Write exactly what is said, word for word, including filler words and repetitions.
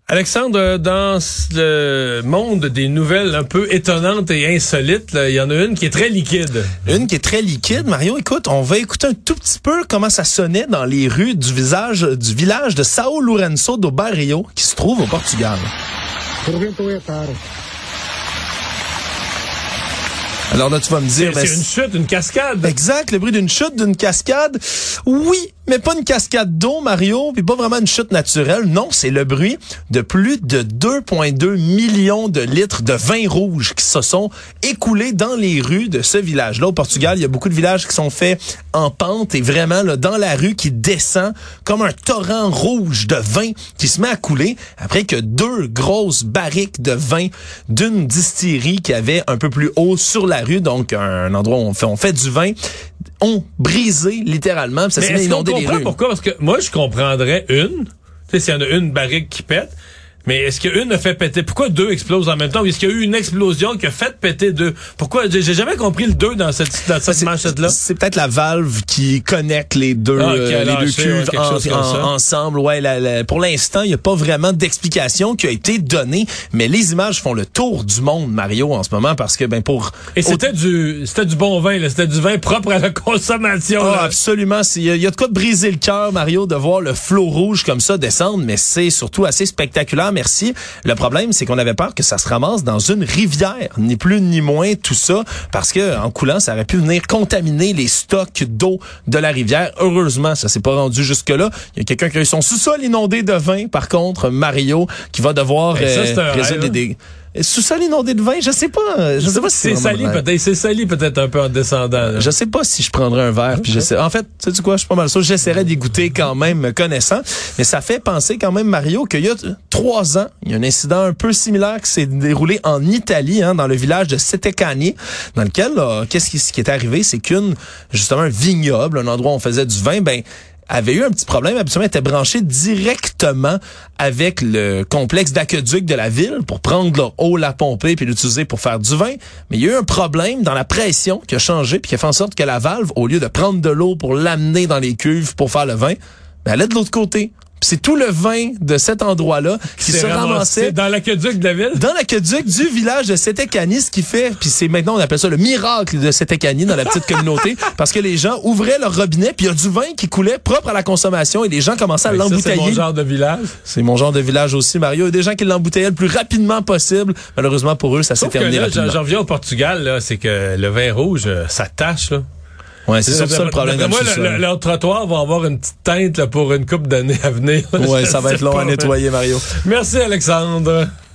Alexandre, dans le monde des nouvelles un peu étonnantes et insolites, il y en a une qui est très liquide. Une qui est très liquide. Mario, écoute, on va écouter un tout petit peu comment ça sonnait dans les rues du, visage, du village de São Lourenço do Barreiro, qui se trouve au Portugal. Alors là, tu vas me dire... C'est, c'est une chute, une cascade. Exact, le bruit d'une chute, d'une cascade. Oui, mais pas une cascade d'eau, Mario, puis pas vraiment une chute naturelle. Non, c'est le bruit de plus de deux virgule deux millions de litres de vin rouge qui se sont écoulés dans les rues de ce village-là. Au Portugal, il y a beaucoup de villages qui sont faits en pente et vraiment là, dans la rue qui descend comme un torrent rouge de vin qui se met à couler après que deux grosses barriques de vin d'une distillerie qui avait un peu plus haut sur la rue, donc un endroit où on fait, on fait du vin, ont brisé littéralement, puis ça s'est inondé les rues. Pourquoi? Parce que moi, je comprendrais une, tu sais, s'il y en a une barrique qui pète, mais est-ce qu'une a fait péter? Pourquoi deux explosent en même temps? Ou est-ce qu'il y a eu une explosion qui a fait péter deux? Pourquoi? J'ai, j'ai jamais compris le deux dans cette, dans cette manchette-là. C'est peut-être la valve qui connecte les deux, ah, okay, euh, les deux cuves ouais, en, en, ensemble. Ouais, la, la, pour l'instant, il n'y a pas vraiment d'explication qui a été donnée, mais les images font le tour du monde, Mario, en ce moment, parce que, ben, pour... Et c'était au... du, c'était du bon vin, là. C'était du vin propre à la consommation, ah, là. Absolument. Il y, y a de quoi de briser le cœur, Mario, de voir le flot rouge comme ça descendre, mais c'est surtout assez spectaculaire. Merci. Le problème, c'est qu'on avait peur que ça se ramasse dans une rivière, ni plus ni moins tout ça, parce que en coulant, ça aurait pu venir contaminer les stocks d'eau de la rivière. Heureusement, ça s'est pas rendu jusque-là. Il y a quelqu'un qui a eu son sous-sol inondé de vin, par contre, Mario, qui va devoir euh, ça, résoudre des dégâts. Sous-sol inondé de vin, je sais pas. Je sais pas si c'est, c'est sali peut-être. C'est sali peut-être un peu en descendant. Là. Je sais pas si je prendrais un verre. Puis je sais. En fait, tu sais quoi, je suis pas mal sûr. J'essaierais d'y goûter quand même, me connaissant. Mais ça fait penser quand même, Mario, qu'il y a trois ans, il y a un incident un peu similaire qui s'est déroulé en Italie, hein, dans le village de Setecani, dans lequel, là, qu'est-ce qui, ce qui est arrivé, c'est qu'une, justement, un vignoble, un endroit où on faisait du vin, ben, avait eu un petit problème. Habituellement, était branché directement avec le complexe d'aqueduc de la ville pour prendre l'eau, la pomper puis l'utiliser pour faire du vin. Mais il y a eu un problème dans la pression qui a changé puis qui a fait en sorte que la valve, au lieu de prendre de l'eau pour l'amener dans les cuves pour faire le vin, ben, elle est de l'autre côté. Puis c'est tout le vin de cet endroit-là qui se ramassait dans l'aqueduc de la ville. Dans l'aqueduc du village de Setecani, ce qui fait, puis c'est maintenant on appelle ça le miracle de Setecani dans la petite communauté, parce que les gens ouvraient leur robinet, puis il y a du vin qui coulait propre à la consommation et les gens commençaient à ouais, l'embouteiller. Ça, c'est mon genre de village. C'est mon genre de village aussi, Mario. Il y a des gens qui l'emboutteillaient le plus rapidement possible. Malheureusement pour eux, ça s'est Sauf terminé que là, rapidement. J'en reviens au Portugal, là, c'est que le vin rouge, ça tâche, là. Ouais, c'est surtout ça le problème. Moi, le, le, leur trottoir va avoir une petite teinte là, pour une couple d'années à venir. Ouais, ça va être long à nettoyer, Mario. Merci, Alexandre.